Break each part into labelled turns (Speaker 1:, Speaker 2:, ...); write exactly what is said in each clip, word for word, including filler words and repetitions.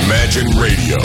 Speaker 1: Imagine Radio,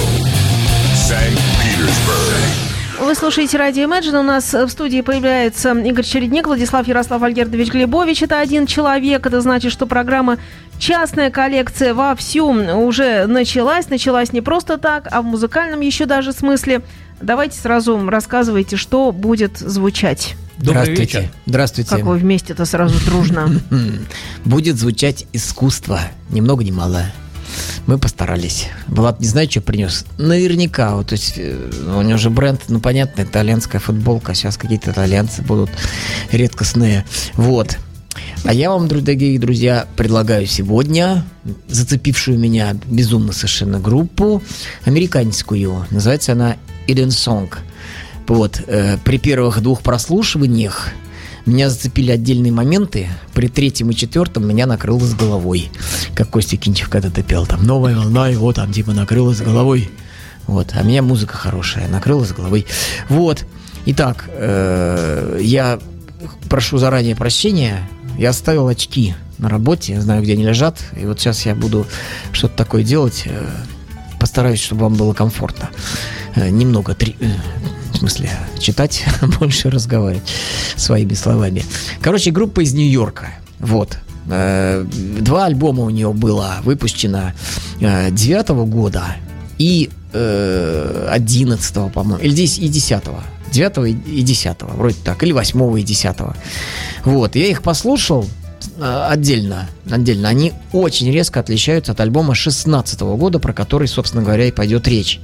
Speaker 1: Санкт-Петербург.
Speaker 2: Вы слушаете радио Imagine. У нас в студии появляется Игорь Чередник, Владислав Ярослав Альгердович Глебович. Это один человек. Это значит, что программа «Частная коллекция» вовсю уже началась. Началась не просто так, а в музыкальном еще даже смысле. Давайте сразу рассказывайте, что будет звучать.
Speaker 3: Здравствуйте. Вечер. Здравствуйте.
Speaker 2: Как вы вместе-то сразу дружно.
Speaker 3: Будет звучать искусство. Ни много ни мало. Мы постарались. Влад не знаю, что принес. Наверняка. Вот, то есть, у него же бренд, ну, понятно, итальянская футболка. Сейчас какие-то итальянцы будут редкостные. Вот. А я вам, дорогие друзья, предлагаю сегодня зацепившую меня безумно совершенно группу, американскую. Называется она Eden Song. Вот. Э, при первых двух прослушиваниях меня зацепили отдельные моменты. При третьем и четвертом меня накрыло с головой. Как Костя Кинчев когда-то пел. Там новая волна, его там типа накрыло с головой. Вот. А меня музыка хорошая. Накрыла с головой. Вот. Итак, э, я прошу заранее прощения. Я оставил очки на работе. Я знаю, где они лежат. И вот сейчас я буду что-то такое делать. Э, постараюсь, чтобы вам было комфортно. Э, немного... Три... В смысле, читать, больше разговаривать своими словами. Короче, группа из Нью-Йорка. Вот. Два альбома у нее было выпущено девятого года и одиннадцатого, по-моему. Или и десятого. Девятого и десятого. Вроде так. Или восьмого и десятого. Вот. Я их послушал отдельно. Отдельно. Они очень резко отличаются от альбома шестнадцатого года, про который, собственно говоря, и пойдет речь.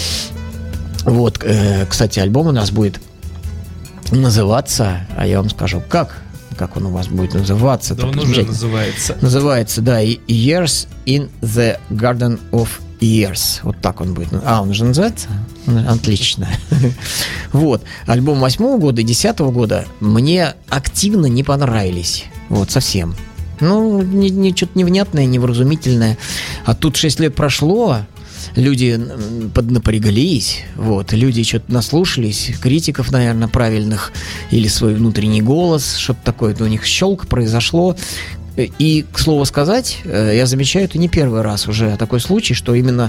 Speaker 3: Вот, э, кстати, альбом у нас будет называться, а я вам скажу, как, как он у вас будет называться.
Speaker 4: Да, он уже называется.
Speaker 3: Называется, да, Years in the Garden of Years. Вот так он будет. А, он уже называется? Отлично. Вот, альбом восьмого года и десятого года мне активно не понравились. Вот, совсем. Ну, не, не, что-то невнятное, невразумительное. А тут шесть лет прошло, люди поднапряглись, вот, люди что-то наслушались, критиков, наверное, правильных, или свой внутренний голос, что-то такое, у них щелк произошло. И, к слову сказать, я замечаю, это не первый раз уже такой случай, что именно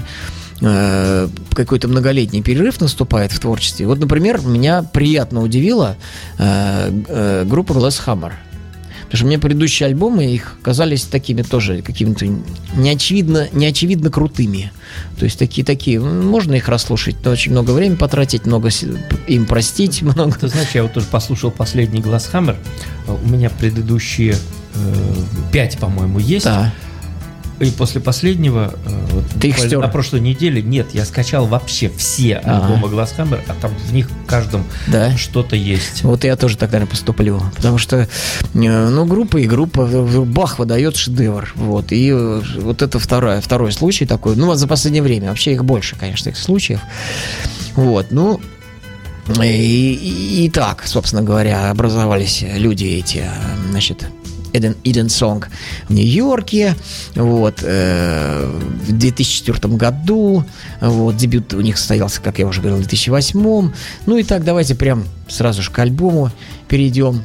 Speaker 3: э, какой-то многолетний перерыв наступает в творчестве. Вот, например, меня приятно удивила э, э, группа Glass Hammer. Потому что мне предыдущие альбомы их казались такими тоже какими-то неочевидно, неочевидно крутыми. То есть такие, такие, можно их расслушать, но очень много времени потратить, много им простить. Много...
Speaker 4: Ты знаешь, я вот тоже послушал последний Glass Hammer. У меня предыдущие э, пять, по-моему, есть. Да. И после последнего, вот,
Speaker 3: ты их стер?
Speaker 4: На прошлой неделе, нет, я скачал вообще все альбомы Glass Hammer, а там в них в каждом да? что-то есть.
Speaker 3: Вот я тоже так, наверное, поступлю. Потому что, ну, группа и группа, бах, выдает шедевр. Вот. И вот это второй, второй случай такой. Ну, вот за последнее время. Вообще их больше, конечно, этих случаев. Вот, ну... И, и, и так, собственно говоря, образовались люди эти, значит... Eden, Eden Song в Нью-Йорке, вот, э, в две тысячи четвёртом году, вот, дебют у них состоялся, как я уже говорил, в две тысячи восьмом. Ну и так, давайте прям сразу же к альбому перейдем.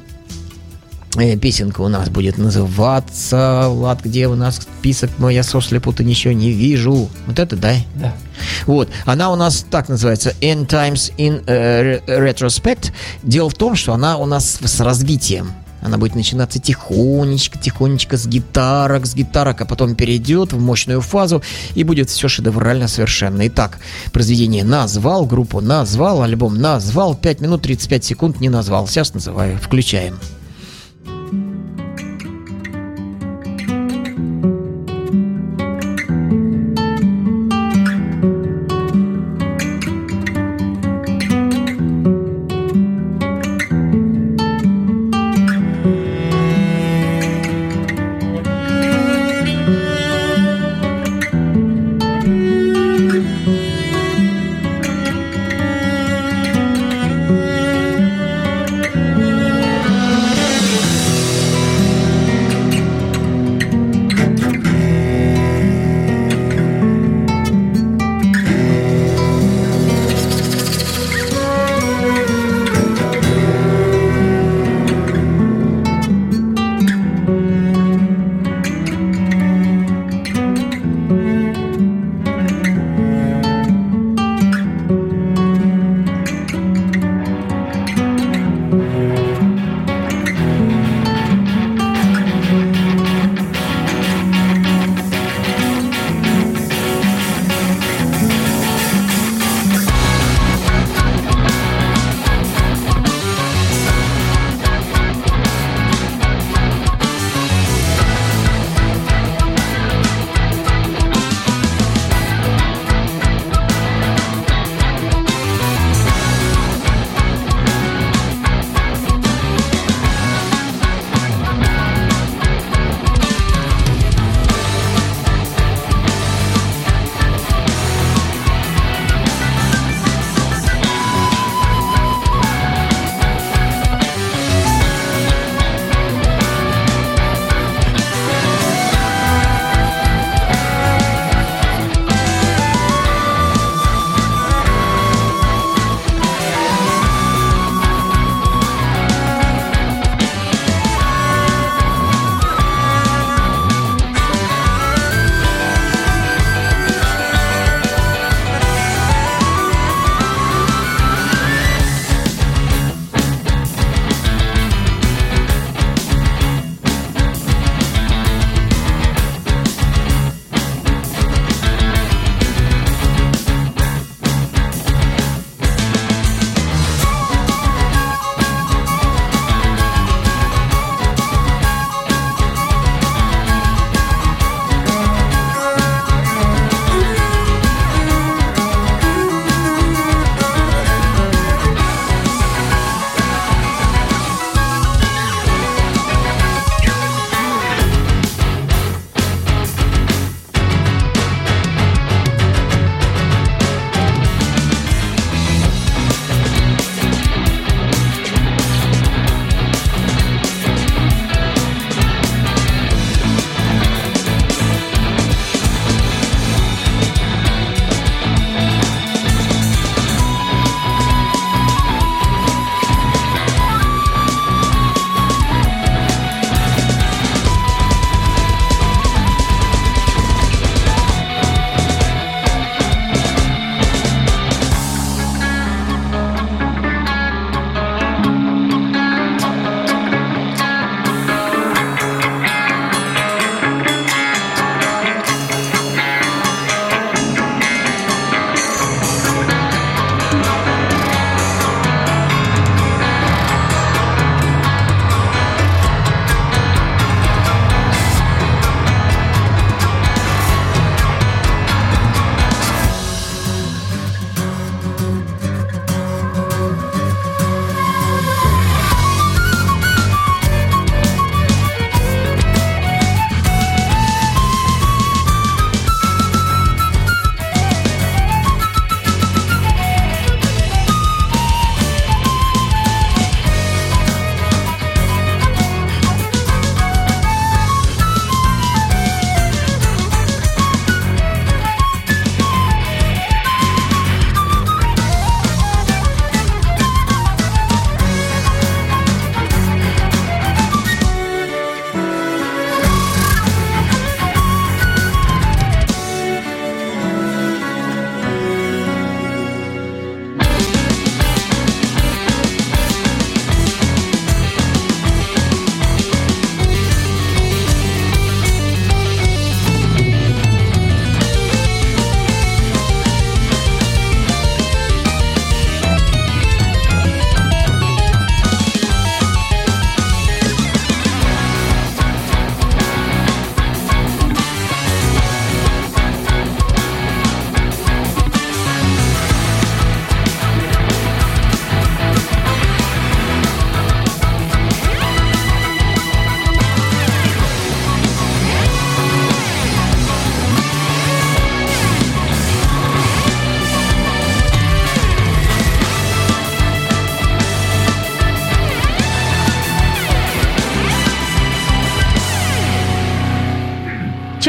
Speaker 3: Э, песенка у нас будет называться, Влад, где у нас список мой, я сослепу-то ничего не вижу. Вот это, да?
Speaker 4: Да.
Speaker 3: Вот, она у нас так называется, End Times in uh, Retrospect. Дело в том, что она у нас с развитием. Она будет начинаться тихонечко, тихонечко с гитарок, с гитарок, а потом перейдет в мощную фазу и будет все шедеврально совершенно. Итак, произведение назвал, группу назвал, альбом назвал, пять минут тридцать пять секунд не назвал. Сейчас называю. Включаем.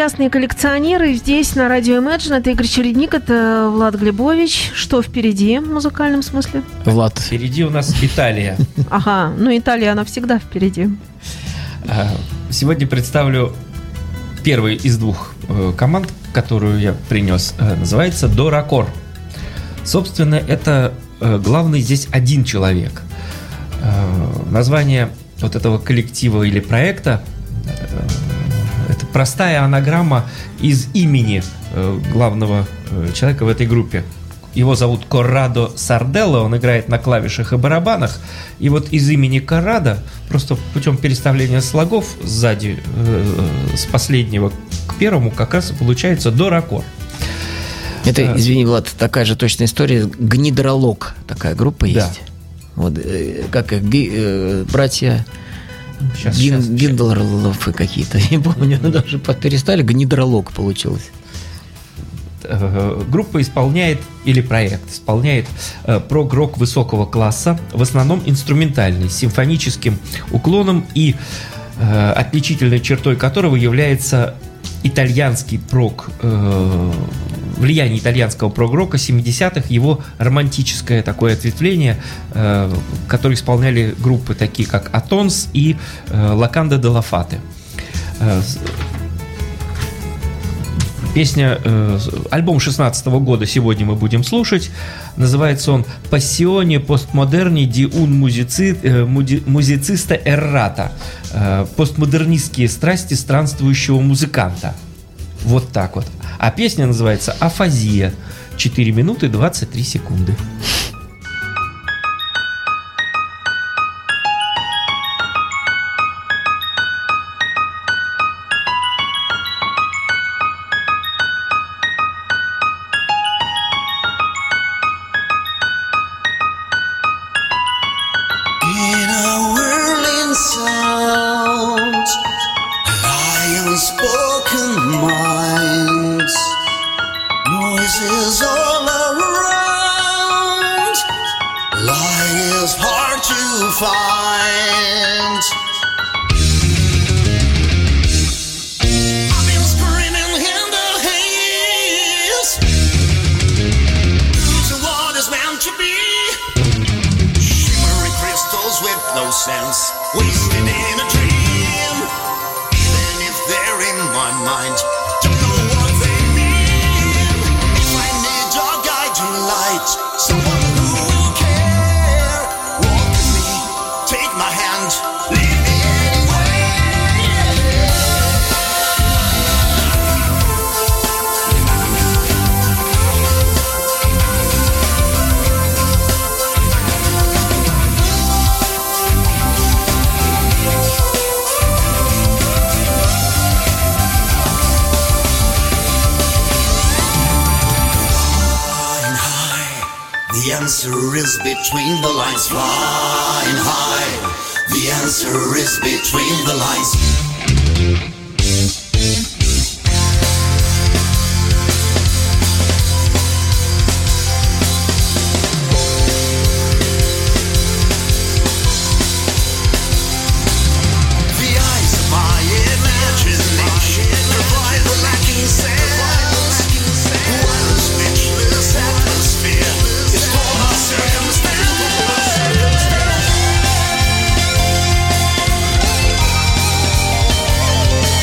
Speaker 2: частные коллекционеры здесь на радио Imagine. Это Игорь Чередник, это Влад Глебович. Что впереди в музыкальном смысле?
Speaker 3: Влад.
Speaker 4: Впереди у нас Италия.
Speaker 2: Ага, ну Италия, она всегда впереди.
Speaker 4: Сегодня представлю первый из двух команд, которую я принес. Называется Доракор. Собственно, это главный здесь один человек. Название вот этого коллектива или проекта — это простая анаграмма из имени главного человека в этой группе. Его зовут Коррадо Сарделло, он играет на клавишах и барабанах. И вот из имени Коррадо, просто путем переставления слогов сзади, э, с последнего к первому, как раз и получается Доракор.
Speaker 3: Это, извини, Влад, такая же точная история. Гнидролог, такая группа есть.
Speaker 4: Да.
Speaker 3: Вот, э, как их ги, э, братья
Speaker 4: Сейчас,
Speaker 3: Гин,
Speaker 4: сейчас,
Speaker 3: Гиндлерловы какие-то. Я помню, даже перестали, Гнидролог получилось.
Speaker 4: Группа исполняет, или проект исполняет э, прог-рок высокого класса, в основном инструментальный, с симфоническим уклоном, и э, отличительной чертой которого является итальянский прог, э, влияние итальянского прог-рока семидесятых, его романтическое такое ответвление, э, которое исполняли группы такие, как Атонс и э, Локанда де ла Фате. Э, Песня, э, альбом шестнадцатого года сегодня мы будем слушать. Называется он «Passione postmoderni di un musici, э, musicista errata». Э, постмодернистские страсти странствующего музыканта. Вот так вот. А песня называется «Афазия». четыре минуты двадцать три секунды.
Speaker 5: The answer is between the lines, flying high. The answer is between the lines.
Speaker 6: Circumstance.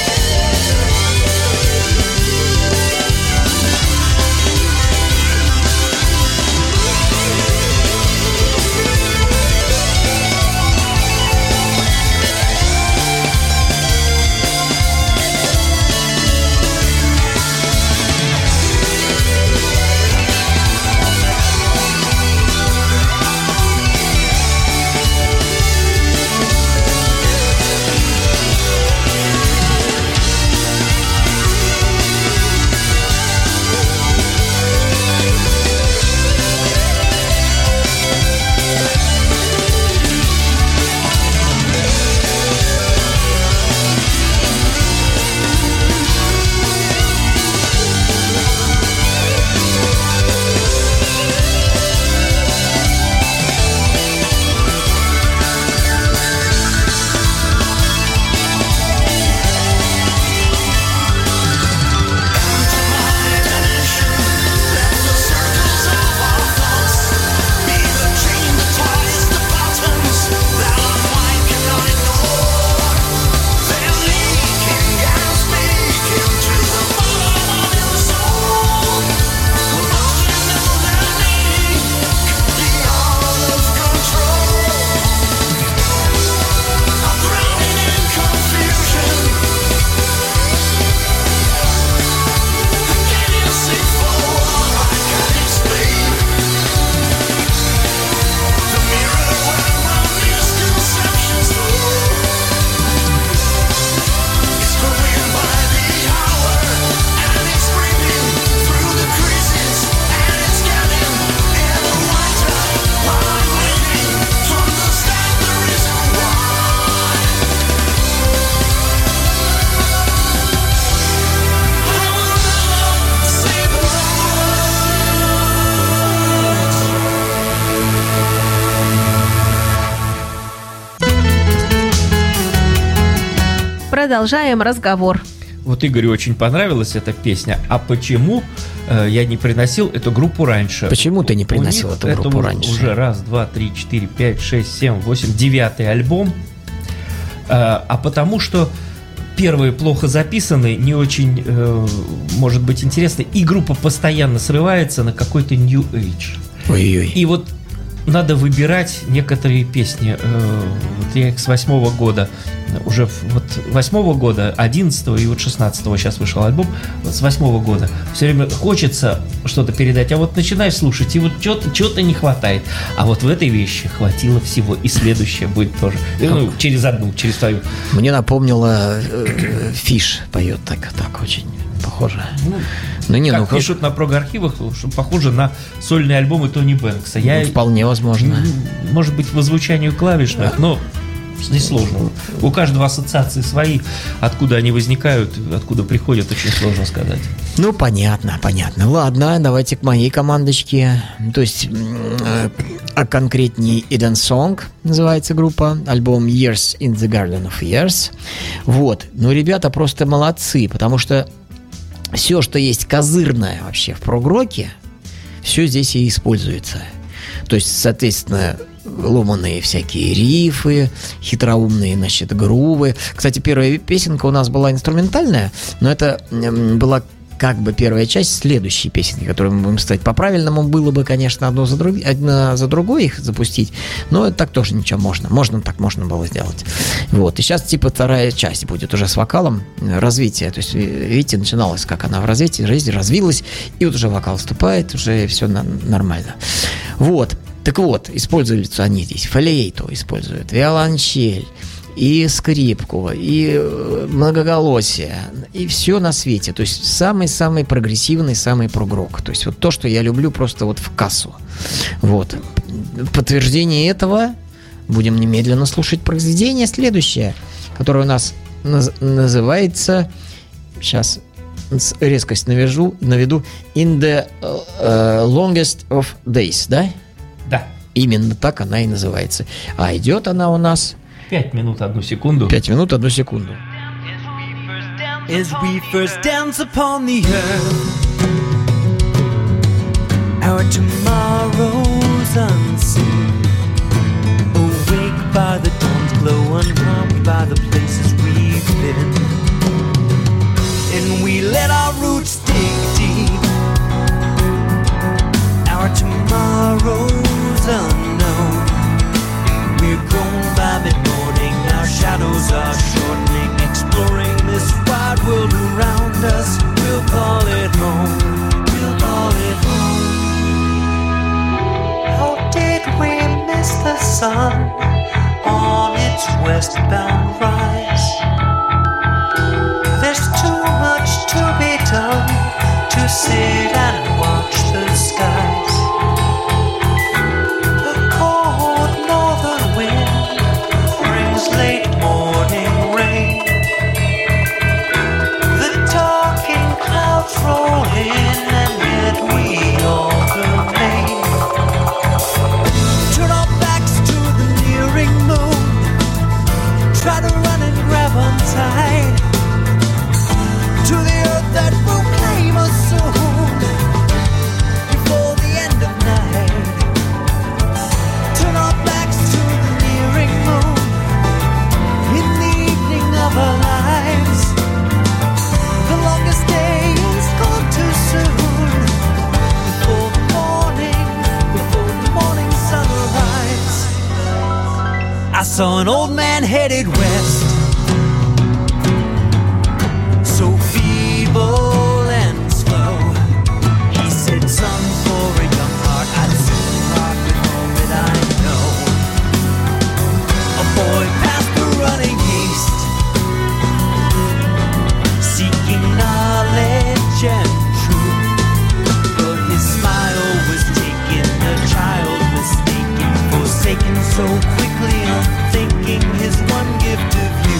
Speaker 2: продолжаем разговор.
Speaker 4: Вот Игорю очень понравилась эта песня. А почему э, я не приносил эту группу раньше?
Speaker 3: Почему ты не приносил
Speaker 4: У
Speaker 3: эту
Speaker 4: них
Speaker 3: группу
Speaker 4: это
Speaker 3: раньше?
Speaker 4: Уже раз, два, три, четыре, пять, шесть, семь, восемь, девятый альбом. А, а потому что первые плохо записаны, не очень, э, может быть, интересны. И группа постоянно срывается на какой-то New Age.
Speaker 3: Ой-ой.
Speaker 4: И вот надо выбирать некоторые песни. Э, вот я их с восьмого года, уже вот восьмого года, одиннадцатого и вот шестнадцатого сейчас вышел альбом, вот с восьмого года. Все время хочется что-то передать, а вот начинаешь слушать, и вот что-то, что-то не хватает. А вот в этой вещи хватило всего, и следующее будет тоже. Ну, через одну, через твою.
Speaker 3: Мне напомнило, э, Фиш поет так, так очень похоже.
Speaker 4: Ну,
Speaker 3: Ну, не,
Speaker 4: как
Speaker 3: ну,
Speaker 4: пишут на прог-архивах, что похоже на сольные альбомы Тони Бэнкса. Я,
Speaker 3: ну, вполне возможно.
Speaker 4: м, может быть, по звучанию клавишных, но здесь сложно. У каждого ассоциации свои. Откуда они возникают, откуда приходят, очень сложно сказать.
Speaker 3: Ну, понятно, понятно. Ладно, давайте к моей командочке. То есть, э, а конкретнее Eden Song называется группа. Альбом Years in the Garden of Years. Вот. Ну, ребята просто молодцы, потому что все, что есть козырное вообще в прогроке, все здесь и используется. То есть, соответственно, ломаные всякие рифы, хитроумные, значит, грувы. Кстати, первая песенка у нас была инструментальная, но это м, была как бы первая часть следующей песенки, которую мы будем ставить. По-правильному было бы, конечно, одно за, друг... одно за другой их запустить, но так тоже ничего можно. Можно, так можно было сделать. Вот. И сейчас типа вторая часть будет уже с вокалом, развитие. То есть, видите, начиналось, как она в развитии, жизнь развилась, и вот уже вокал вступает, уже все на... нормально. Вот. Так вот, используются они здесь. Флейту используют, виолончель, и скрипку, и многоголосие, и все на свете. То есть самый-самый прогрессивный, самый прогрок. То есть вот то, что я люблю просто вот в кассу. Вот. Подтверждение этого будем немедленно слушать произведение следующее, которое у нас наз- называется, сейчас резкость навяжу, наведу, In the uh, Longest of Days, да?
Speaker 4: Да.
Speaker 3: Именно так она и называется. А идет она у нас
Speaker 4: Пять минут, одну секунду.
Speaker 3: пять минут, одну секунду.
Speaker 6: As we first dance upon the earth, our tomorrows unseen, awake by the dawn's glow, unharmed by the places we've been, and we let our roots dig deep, our tomorrows unknown, we're grown by mid-morning, our shadows are shortening, exploring this wide world around us. We'll call it home, we'll call it home. How did we miss the sun on its westbound rise? There's too much to be done to sit and watch the skies. The cold northern wind brings late morning rain. The darking clouds roll in, and yet we all remain. Turn our backs to the nearing moon, try to run and grab on tight to the earth that will claim us soon, before the end of night. Turn our backs to the nearing moon, in the evening of our lives. The longest day is gone too soon, before the morning, before the morning sunrise. I saw an old man headed west, so feeble and slow. He said, son, for a young heart, I'd soon rock with all that I know. A boy passed the running haste, seeking knowledge and truth, but his smile was taken, a child mistaken, forsaken so quickly, unthinking his one gift of youth.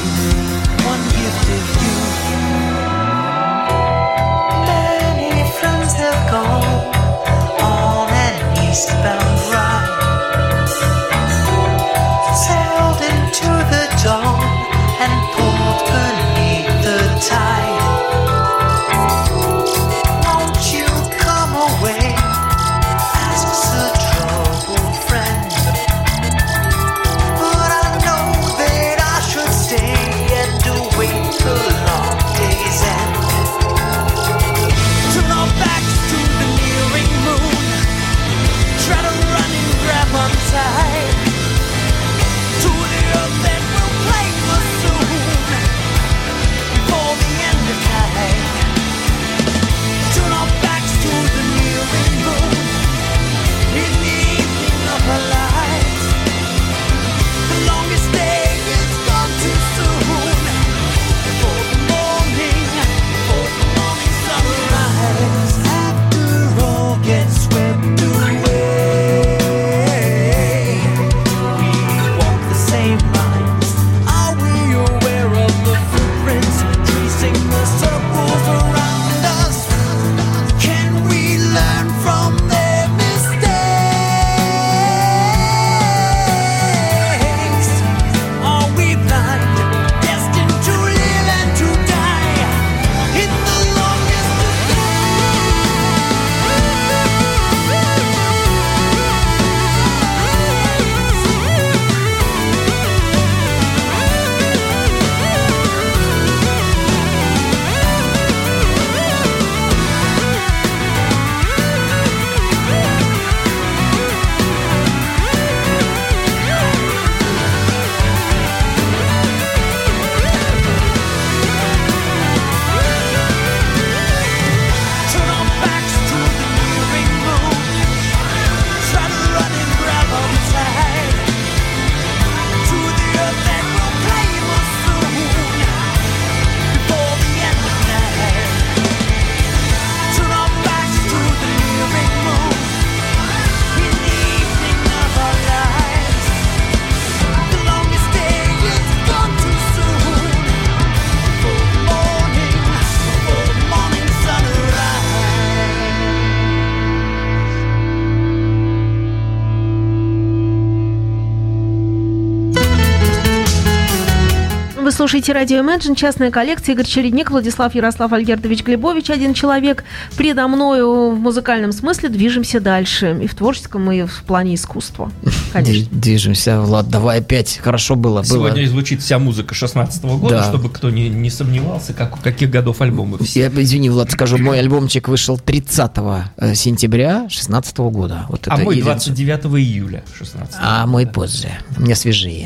Speaker 2: слушаете радио Imagine, частная коллекция, Игорь Чередник, Владислав Ярослав Альгердович Глебович, один человек. Предо мною в музыкальном смысле движемся дальше. И в творческом, и в плане искусства. Конечно.
Speaker 3: Движемся, Влад, давай опять. Хорошо было.
Speaker 4: Сегодня
Speaker 3: было.
Speaker 4: звучит вся музыка шестнадцатого года,
Speaker 3: Да.
Speaker 4: чтобы кто не, не сомневался, как, каких годов альбомы все.
Speaker 3: Я, извини, Влад, скажу, мой альбомчик вышел тридцатого сентября шестнадцатого года. Вот
Speaker 4: А
Speaker 3: это
Speaker 4: мой
Speaker 3: единственное.
Speaker 4: двадцать девятого июля шестнадцатого.
Speaker 3: А мой позже. У меня свежие.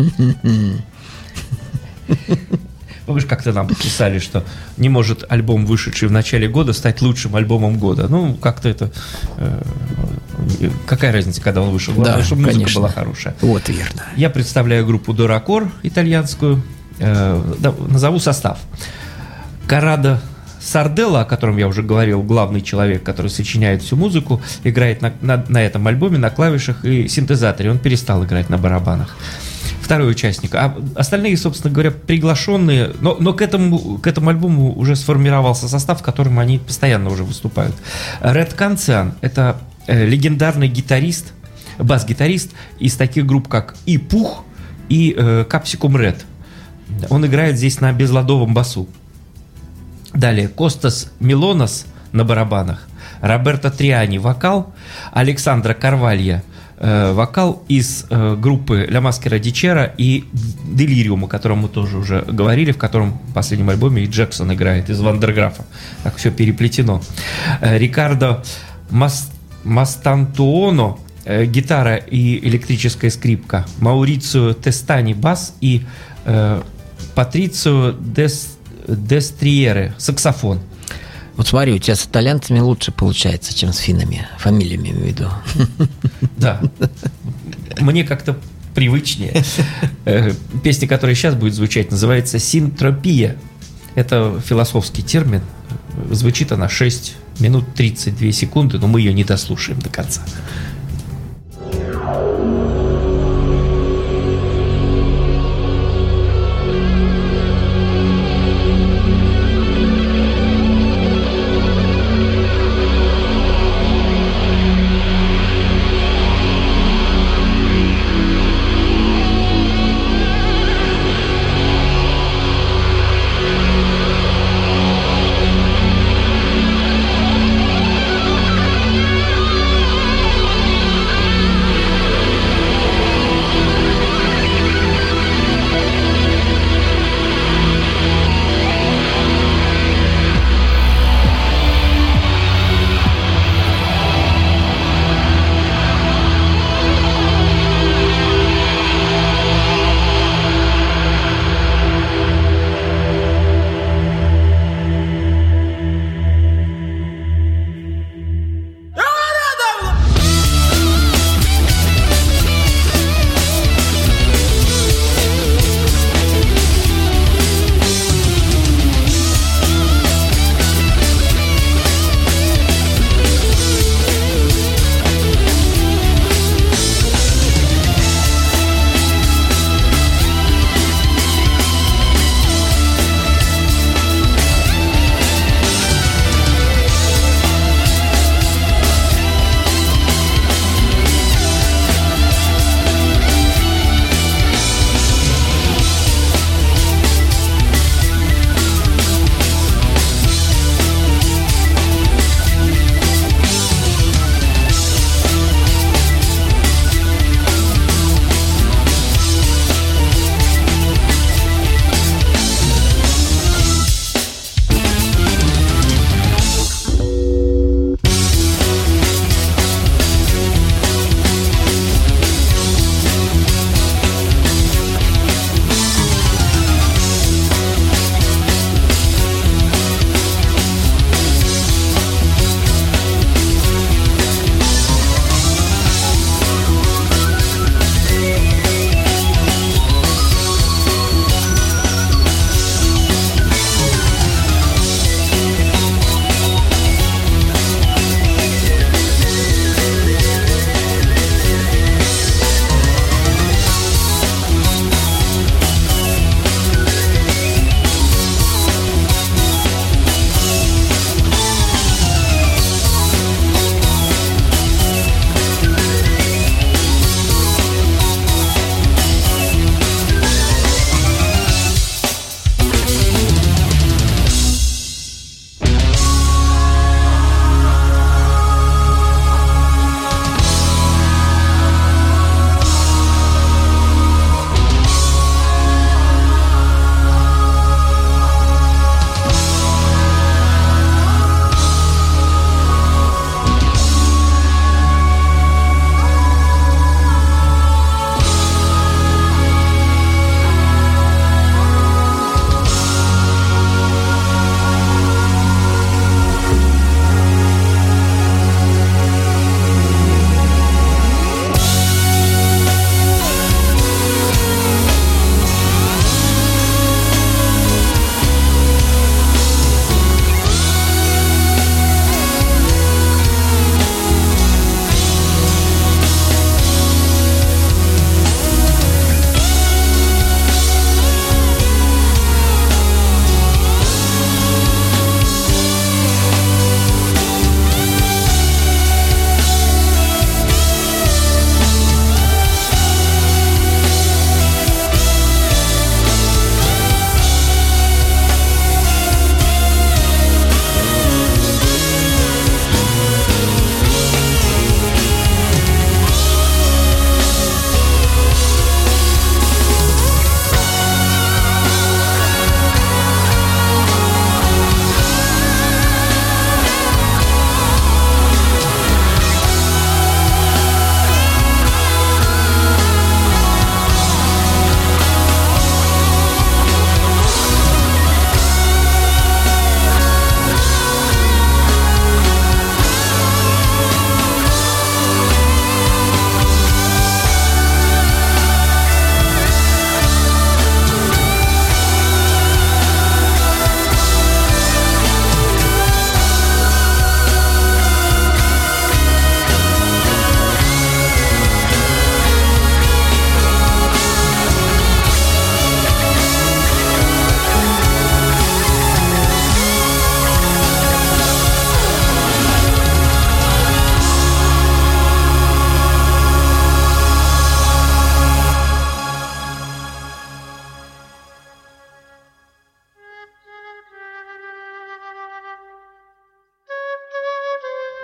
Speaker 4: Помнишь, как-то нам писали, что не может альбом, вышедший в начале года, стать лучшим альбомом года. Ну, как-то это... Э, какая разница, когда он вышел? Главное,
Speaker 3: Да,
Speaker 4: чтобы музыка
Speaker 3: конечно.
Speaker 4: была хорошая.
Speaker 3: Вот верно.
Speaker 4: Я представляю группу Доракор итальянскую. Э, да, назову состав. Карадо Сарделла, о котором я уже говорил, главный человек, который сочиняет всю музыку, играет на, на, на этом альбоме на клавишах и синтезаторе. Он перестал играть на барабанах. Второй участник. А остальные, собственно говоря, приглашенные. Но, но к, этому, к этому альбому уже сформировался состав, в котором они постоянно уже выступают. Ред Канциан – это э, легендарный гитарист, бас-гитарист из таких групп, как и Пух, и э, Капсикум Ред. Он играет здесь на безладовом басу. Далее Костас Милонос на барабанах, Роберто Триани вокал, Александра Карвалья э, вокал из э, группы Ля Маскера ди Чера и Делириум, о котором мы тоже уже говорили, в котором в последнем альбоме и Джексон играет из Вандерграфа. Так все переплетено. Э, Рикардо Мас, Мастантуоно э, гитара и электрическая скрипка, Маурицио Тестани бас и э, Патрицио Дес Дестриере, саксофон.
Speaker 3: Вот смотри, у тебя с итальянцами лучше получается, чем с финнами. Фамилиями имею в виду.
Speaker 4: Да. Мне как-то привычнее. Э, Песня, которая сейчас будет звучать, называется «Синтропия». Это философский термин. Звучит она шесть минут тридцать две секунды, но мы ее не дослушаем до конца.
Speaker 5: Thank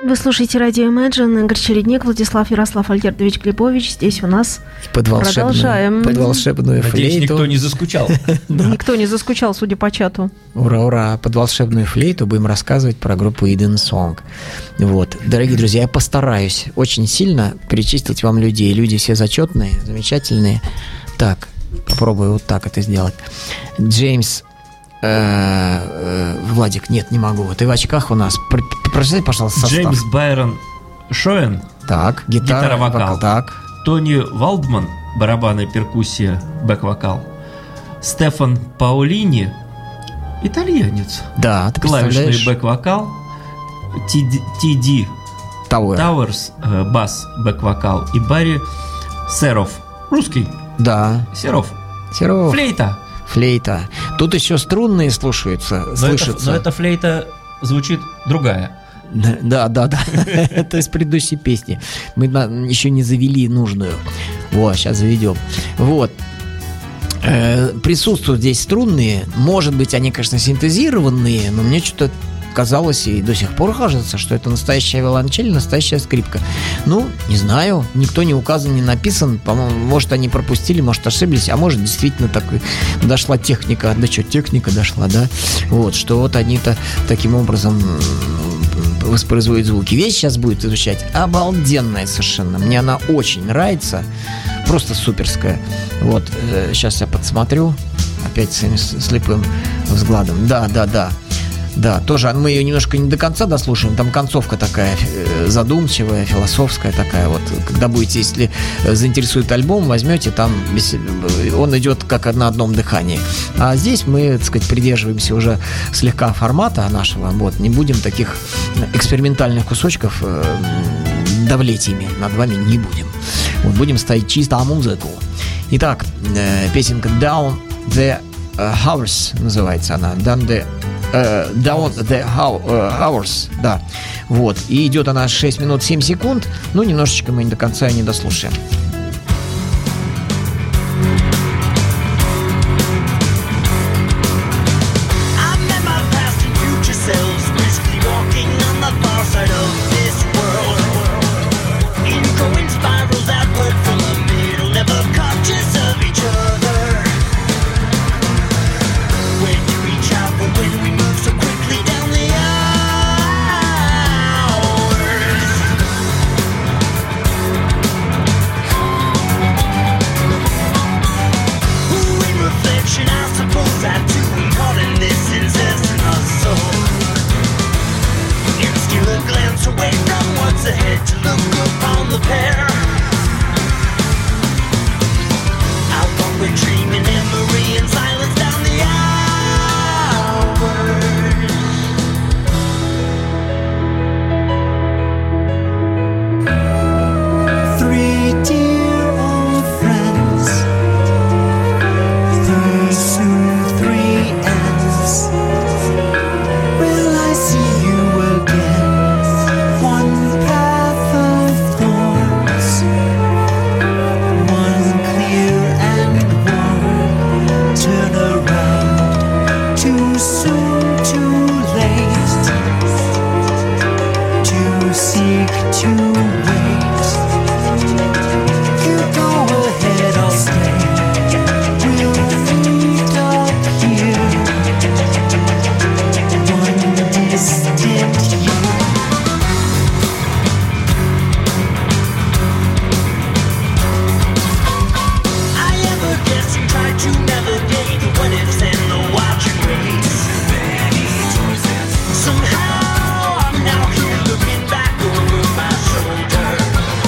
Speaker 2: Вы слушаете радио Imagine, Игорь Чередник, Владислав Ярослав Альгердович Глебович. Здесь у нас
Speaker 3: Под волшебную,
Speaker 2: продолжаем.
Speaker 3: под волшебную
Speaker 4: Надеюсь,
Speaker 3: флейту.
Speaker 4: никто не заскучал.
Speaker 2: Никто не заскучал, судя по чату.
Speaker 3: Ура, ура! Под волшебную флейту будем рассказывать про группу Eden Song. Вот. Дорогие друзья, я постараюсь очень сильно перечислить вам людей. Люди все зачетные, замечательные. Так, попробую вот так это сделать. Джеймс... э, э, Владик, нет, не могу. Ты в очках у нас. Про- Прочитай, пожалуйста, состав.
Speaker 4: Джеймс Байрон Шоен,
Speaker 3: Так, гитара,
Speaker 4: Гитара-вокал.
Speaker 3: вокал. Так,
Speaker 4: Тони Валдман, барабаны, перкуссия, бэк-вокал, Стефан Паолини, итальянец,
Speaker 3: да, ты
Speaker 4: клавишный
Speaker 3: представляешь?
Speaker 4: бэк-вокал, Ти Ди
Speaker 3: Тауэр.
Speaker 4: Тауэрс, э, бас, бэк-вокал, и Барри Серов, русский,
Speaker 3: Да,
Speaker 4: Серов,
Speaker 3: Серов.
Speaker 4: флейта.
Speaker 3: Флейта. Тут еще струнные слушаются,
Speaker 4: Но, это,
Speaker 3: слышатся.
Speaker 4: но эта флейта звучит другая.
Speaker 3: Да, да, да. Это из предыдущей песни. Мы на- еще не завели нужную. Вот, сейчас заведем. Вот. Э, Присутствуют здесь струнные. Может быть, они, конечно, синтезированные, но мне что-то казалось и до сих пор кажется, что это настоящая виолончель, настоящая скрипка. Ну, не знаю, никто не указан, не написан. По-моему, может, они пропустили, может, ошиблись, а может, действительно так и дошла техника. Да что, техника дошла, да? Вот, что вот они-то таким образом м, воспроизводят звуки. Вещь сейчас будет изучать обалденная совершенно. Мне она очень нравится. Просто суперская. Вот, э, сейчас я подсмотрю. Опять своим с- слепым взглядом. Да, да, да. Да, тоже мы ее немножко не до конца дослушаем. Там концовка такая э, задумчивая, философская такая. Вот, когда будете, если э, заинтересует альбом, возьмете, там весь- э, он идет как на одном дыхании. А здесь мы, так сказать, придерживаемся уже слегка формата нашего. Вот, не будем таких экспериментальных кусочков э, давлеть ими над вами не будем. Вот, будем ставить чисто музыку. Итак, э, песенка Down the Hours называется она. Down the э, Down the how, э, Hours, да. Вот. И идет она шесть минут семь секунд. Ну, немножечко мы не до конца не дослушаем.
Speaker 6: I met my past and future selves, briskly walking on the far side of this world. In growing spirals outward from the middle, never conscious of each other. When to reach out, but when we move so quickly down the hours. Ooh, in reflection, I suppose I too am caught in this incessant hustle. And steal a glance away from what's ahead to look upon the pair. Out on the dreaming memory and silence down the hours. Three dear old friends, three soon three ends. Will I see you again? One path of thorns, one clear and warm. Turn around, too soon, too late. To seek, to wait. You go ahead, I'll stay. We'll meet up here. One distant year. I ever guess and try to navigate the what ifs and the watching waits. Somehow I'm now here looking back over my shoulder.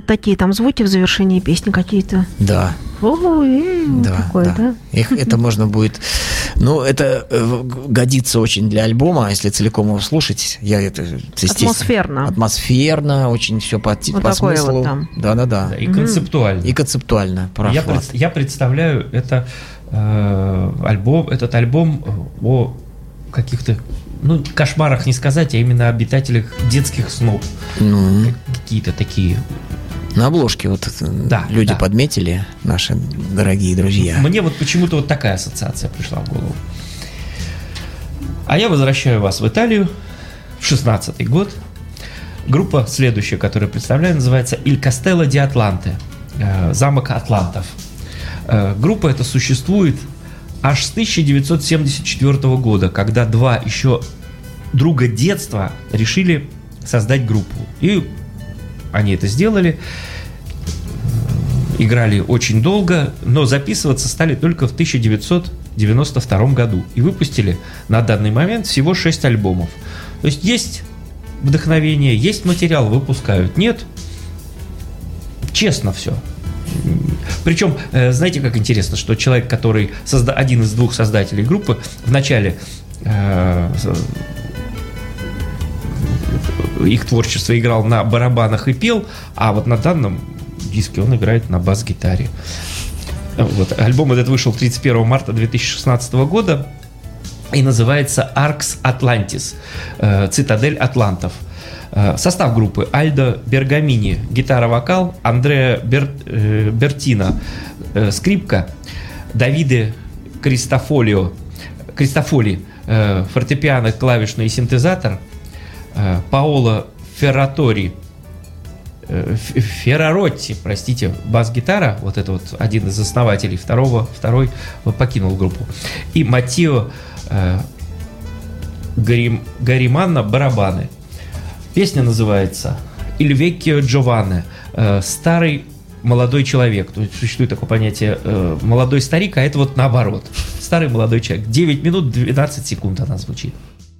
Speaker 2: такие там звуки в завершении песни какие-то.
Speaker 3: Да.
Speaker 2: Ой,
Speaker 3: Да,
Speaker 2: такое,
Speaker 3: да.
Speaker 2: да?
Speaker 3: Их, это можно будет... Ну, это э, годится очень для альбома, если целиком его слушать. Я это,
Speaker 2: Атмосферно.
Speaker 3: Атмосферно, очень все по,
Speaker 2: Вот
Speaker 3: по
Speaker 2: такое
Speaker 3: смыслу.
Speaker 2: вот там.
Speaker 3: Да-да-да.
Speaker 4: Да, и концептуально.
Speaker 3: И концептуально, прав,
Speaker 4: Я,
Speaker 3: Влад.
Speaker 4: пред- я представляю это э, альбом, этот альбом о каких-то, ну, кошмарах не сказать, а именно обитателях детских снов.
Speaker 3: Ну,
Speaker 4: Какие-то такие.
Speaker 3: на обложке вот
Speaker 4: Да,
Speaker 3: люди
Speaker 4: да.
Speaker 3: подметили, наши дорогие друзья.
Speaker 4: Мне вот почему-то вот такая ассоциация пришла в голову. А я возвращаю вас в Италию в шестнадцатый год. Группа следующая, которую представляю, называется «Il Castello di Atlante», э, «Замок Атлантов». Э, Группа эта существует аж с тысяча девятьсот семьдесят четвёртого года, когда два еще друга детства решили создать группу. И они это сделали, играли очень долго, но записываться стали только в тысяча девятьсот девяносто втором году и выпустили на данный момент всего шесть альбомов. То есть есть вдохновение, есть материал, выпускают. Нет, честно все. Причем, знаете, как интересно, что человек, который созда... один из двух создателей группы, вначале э... их творчество играл на барабанах и пел, а вот на данном диске он играет на бас-гитаре. Вот. Альбом этот вышел тридцать первого марта две тысячи шестнадцатого года и называется Arx Atlantis, э, цитадель атлантов. Э, состав группы: Альдо Бергамини, гитара-вокал, Андреа Бер, э, Бертино, э, скрипка, Давиде Кристофолио, Кристофоли, э, фортепиано, клавишный и синтезатор, э, Паоло Ферратори, Ферраротти, простите, бас-гитара, вот это вот один из основателей, второго, второй покинул группу, и Матио э, Гарим, Гариманна, барабаны. Песня называется «Il vecchio Giovane», э, старый молодой человек. То есть существует такое понятие э, молодой старик, а это вот наоборот, старый молодой человек. девять минут двенадцать секунд она звучит.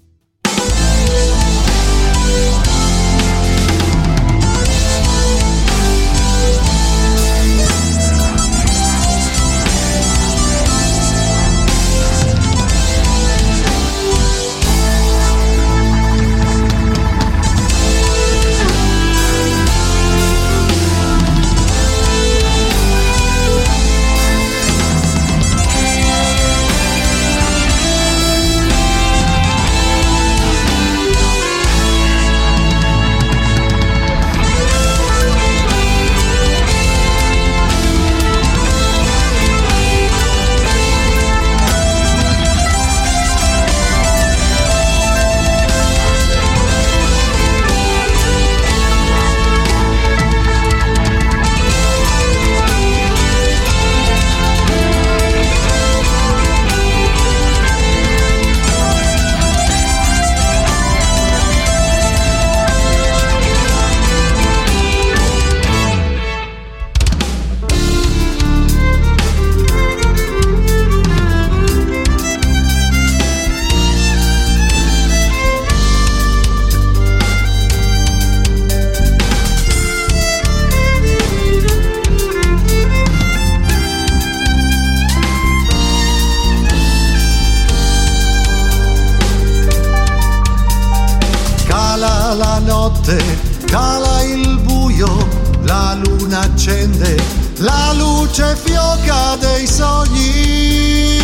Speaker 6: Cala il buio, la luna accende, la luce fioca dei sogni.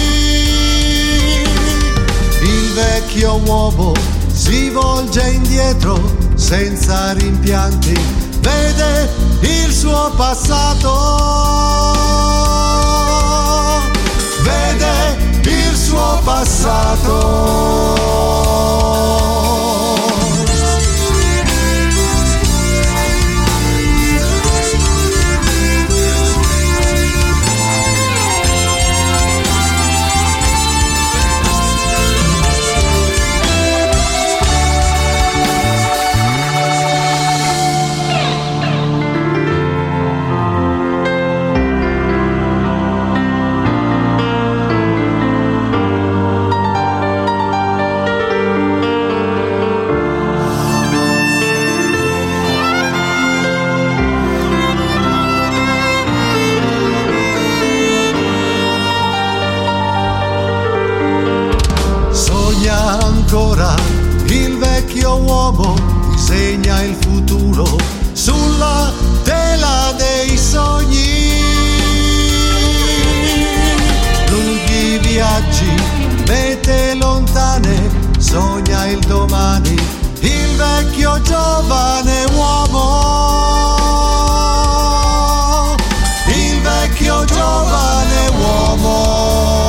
Speaker 6: Il vecchio uomo si volge indietro senza rimpianti, vede il suo passato, vede il suo passato.
Speaker 7: ancora, il vecchio uomo disegna il futuro sulla tela dei sogni. Lunghi viaggi, mete lontane, sogna il domani, il vecchio giovane uomo, il vecchio giovane uomo.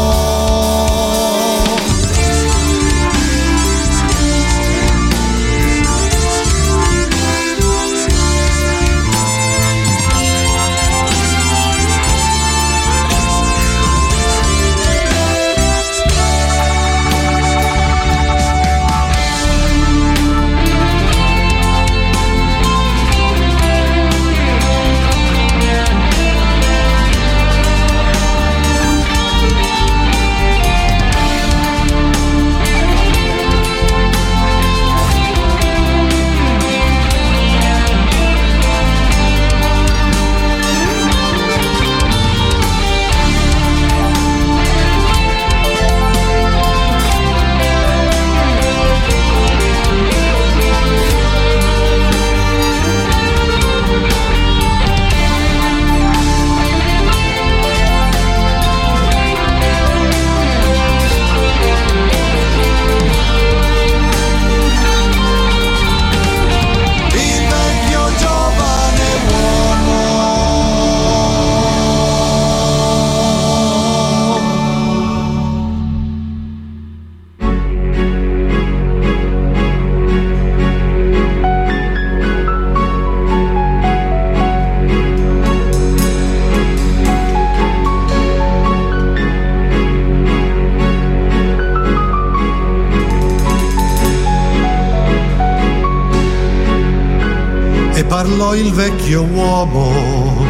Speaker 7: Parlò il vecchio uomo,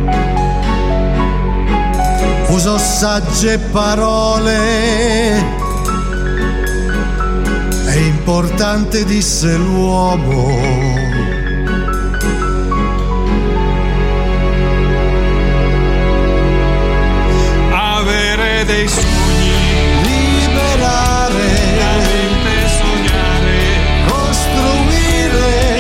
Speaker 7: usò sagge parole, è importante, disse l'uomo, avere dei sogni, liberare, veramente sognare, costruire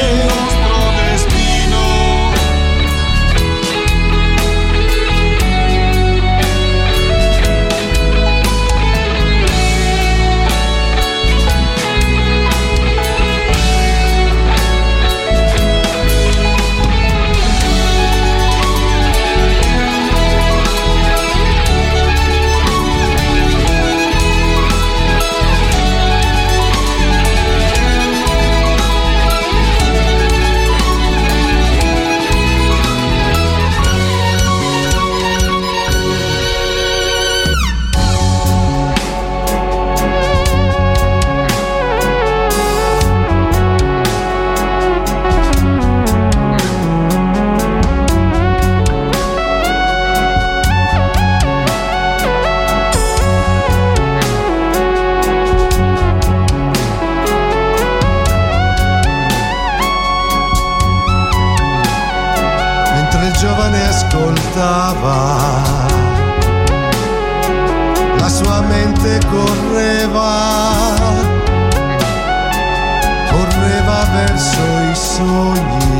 Speaker 7: la sua mente correva, correva verso i sogni.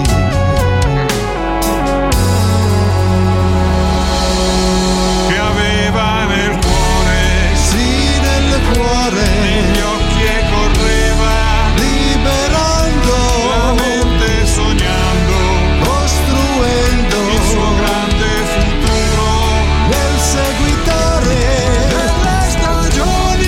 Speaker 7: Che aveva nel cuore, sì nel cuore, negli occhi e correva, liberando la mente, sognando, costruendo il suo grande futuro nel seguitare delle stagioni.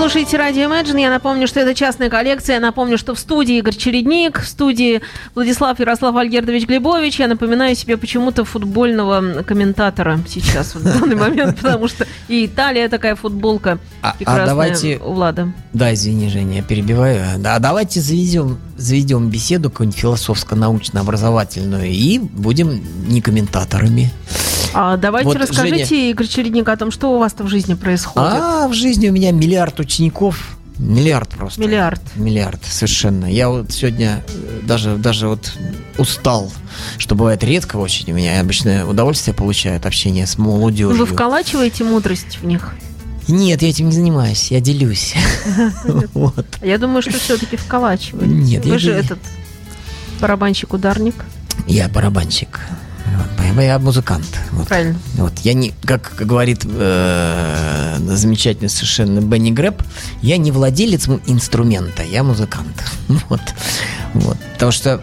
Speaker 2: слушаете радио Imagine. Я напомню, что это частная коллекция. Я напомню, что в студии Игорь Чередник, в студии Владислав Ярослав Альгердович Глебович. Я напоминаю себе почему-то футбольного комментатора сейчас, в данный момент, потому что и Италия такая футболка прекрасная
Speaker 3: а давайте...
Speaker 2: у Влада.
Speaker 3: Да, извини, Женя, я перебиваю. Да, давайте заведем, заведем беседу какую-нибудь философско-научно-образовательную и будем не комментаторами.
Speaker 2: А давайте
Speaker 3: Вот,
Speaker 2: расскажите,
Speaker 3: Женя...
Speaker 2: Игорь Чередник, о том, что у вас-то в жизни происходит.
Speaker 3: А, в жизни у меня миллиард учеников. Миллиард просто.
Speaker 2: Миллиард.
Speaker 3: Миллиард, совершенно. Я вот сегодня даже, даже вот устал, что бывает редко очень у меня. Я обычно удовольствие получаю от общения с молодежью.
Speaker 2: Вы вколачиваете мудрость в них?
Speaker 3: Нет, я этим не занимаюсь, я делюсь. Вот.
Speaker 2: Я думаю, что все-таки вколачиваете.
Speaker 3: Нет,
Speaker 2: Вы
Speaker 3: я
Speaker 2: же
Speaker 3: не-
Speaker 2: этот барабанщик-ударник.
Speaker 3: Я барабанщик. Вот, Я музыкант. Вот.
Speaker 2: Правильно.
Speaker 3: Вот. Я не, как говорит э, замечательный совершенно Бенни Грэб, я не владелец м- инструмента, я музыкант. Вот. Вот. Потому что,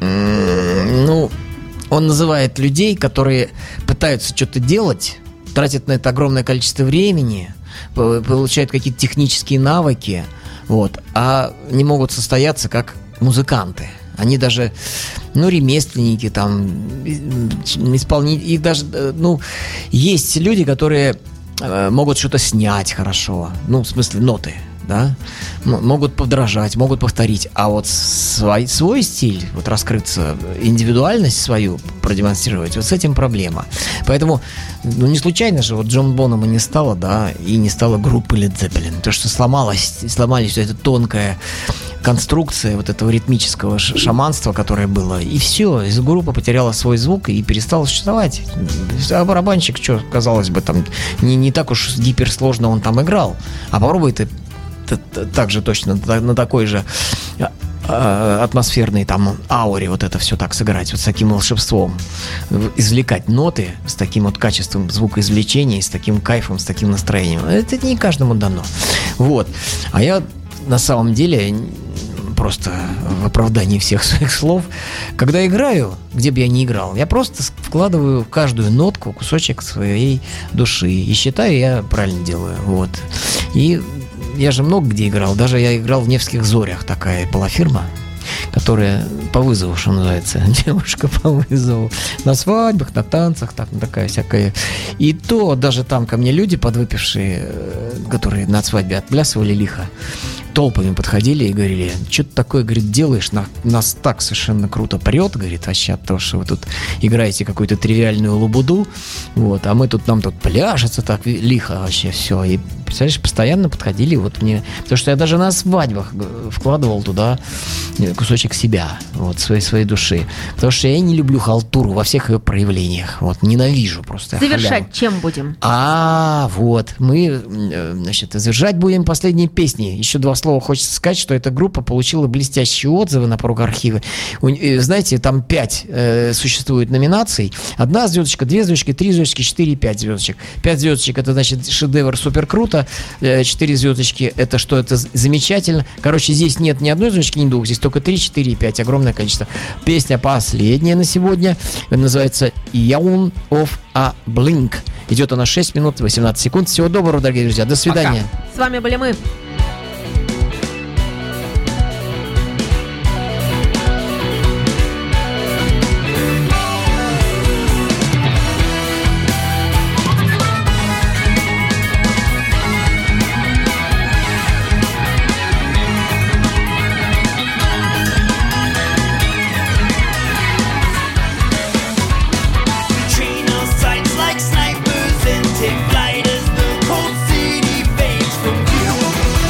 Speaker 3: м, ну, он называет людей, которые пытаются что-то делать, тратят на это огромное количество времени, по- получают какие-то технические навыки, вот, а не могут состояться как музыканты. Они даже, ну, ремесленники, там, исполнители, их даже, э, ну, есть люди, которые э, могут что-то снять хорошо, ну, в смысле, ноты, да, М- могут подражать, могут повторить, а вот свой, свой стиль, вот раскрыться, индивидуальность свою продемонстрировать, вот с этим проблема. Поэтому, ну, не случайно же вот Джон Бонома не стало, да, и не стало группы Led Zeppelin, то, что сломалось, сломались все это тонкое конструкция вот этого ритмического ш- шаманства, которое было, и все, из группы потеряла свой звук и перестала существовать. А барабанщик, что, казалось бы, там не, не так уж гиперсложно он там играл. А попробуй ты т- т- так же точно та- на такой же а, а, атмосферной там ауре вот это все так сыграть, вот с таким волшебством, в- извлекать ноты с таким вот качеством звукоизвлечения, с таким кайфом, с таким настроением. Это не каждому дано. Вот. А я на самом деле просто в оправдании всех своих слов, когда играю, где бы я ни играл, я просто с- вкладываю в каждую нотку кусочек своей души и считаю, я правильно делаю. Вот. И я же много где играл, даже я играл в Невских Зорях, такая полофирма, которая по вызову, что называется, девушка по вызову, на свадьбах, на танцах, так, ну, такая всякая. И то даже там ко мне люди подвыпившие, э, которые на свадьбе отплясывали лихо, толпами подходили и говорили: что ты такое, говорит, делаешь, на, нас так совершенно круто прет, говорит, вообще от того, что вы тут играете какую-то тривиальную лабуду, вот, а мы тут, нам тут пляшется так ви- лихо вообще все. И, представляешь, постоянно подходили вот мне, потому что я даже на свадьбах г- вкладывал туда кусочек себя, вот, своей, своей души, потому что я не люблю халтуру во всех ее проявлениях, вот, ненавижу просто халяву.
Speaker 2: Завершать чем будем?
Speaker 3: А, вот, мы, э, значит, завершать будем последние песни. Еще два слова хочется сказать, что эта группа получила блестящие отзывы на прог-архивы. У- э, Знаете, там пять э, существует номинаций. Одна звездочка, две звездочки, три звездочки, четыре, пять звездочек. Пять звездочек — это, значит, шедевр, супер круто. Э, Четыре звездочки — это что, это з- замечательно. Короче, здесь нет ни одной звездочки, ни двух. Здесь только три, четыре и пять. Огромное количество. Песня последняя на сегодня. Называется «Yawn of a Blink». Идет она шесть минут восемнадцать секунд. Всего доброго, дорогие друзья. До свидания.
Speaker 2: С вами были мы.
Speaker 6: We train our sights like snipers and take flight as the cold city fades from view.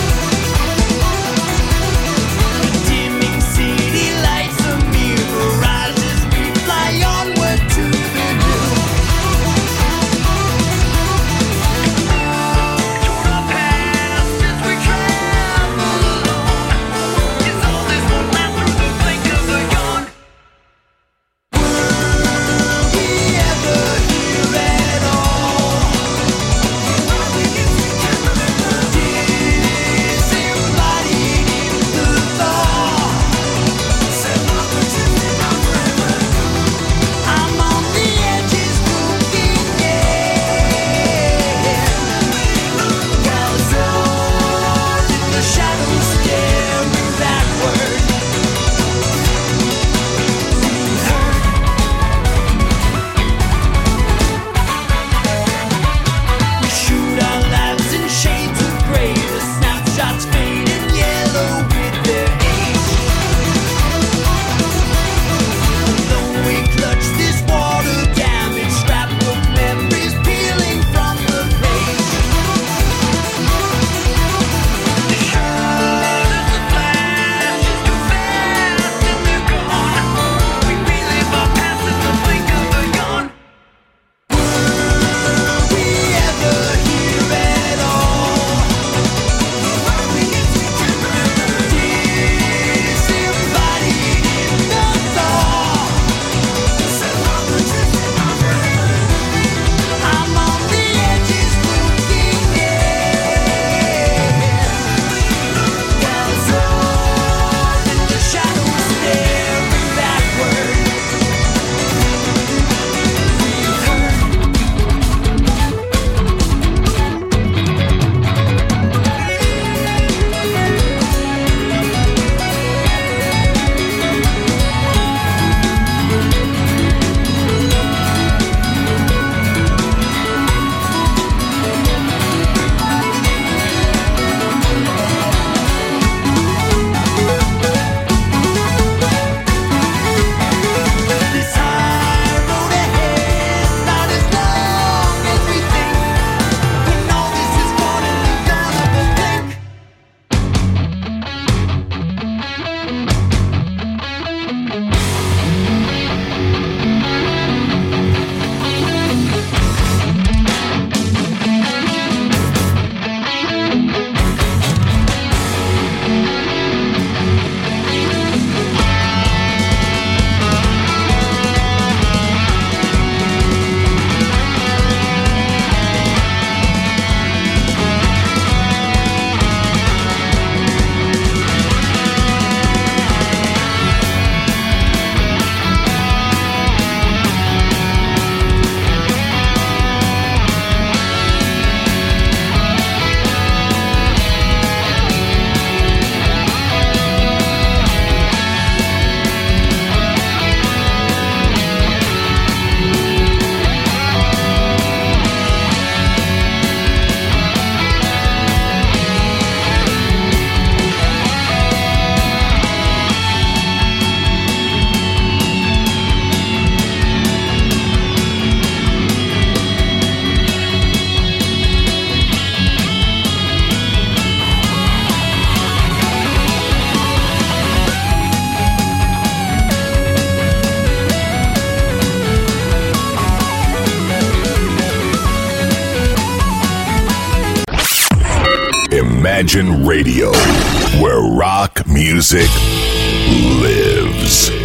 Speaker 1: Imagine Radio, where rock music lives.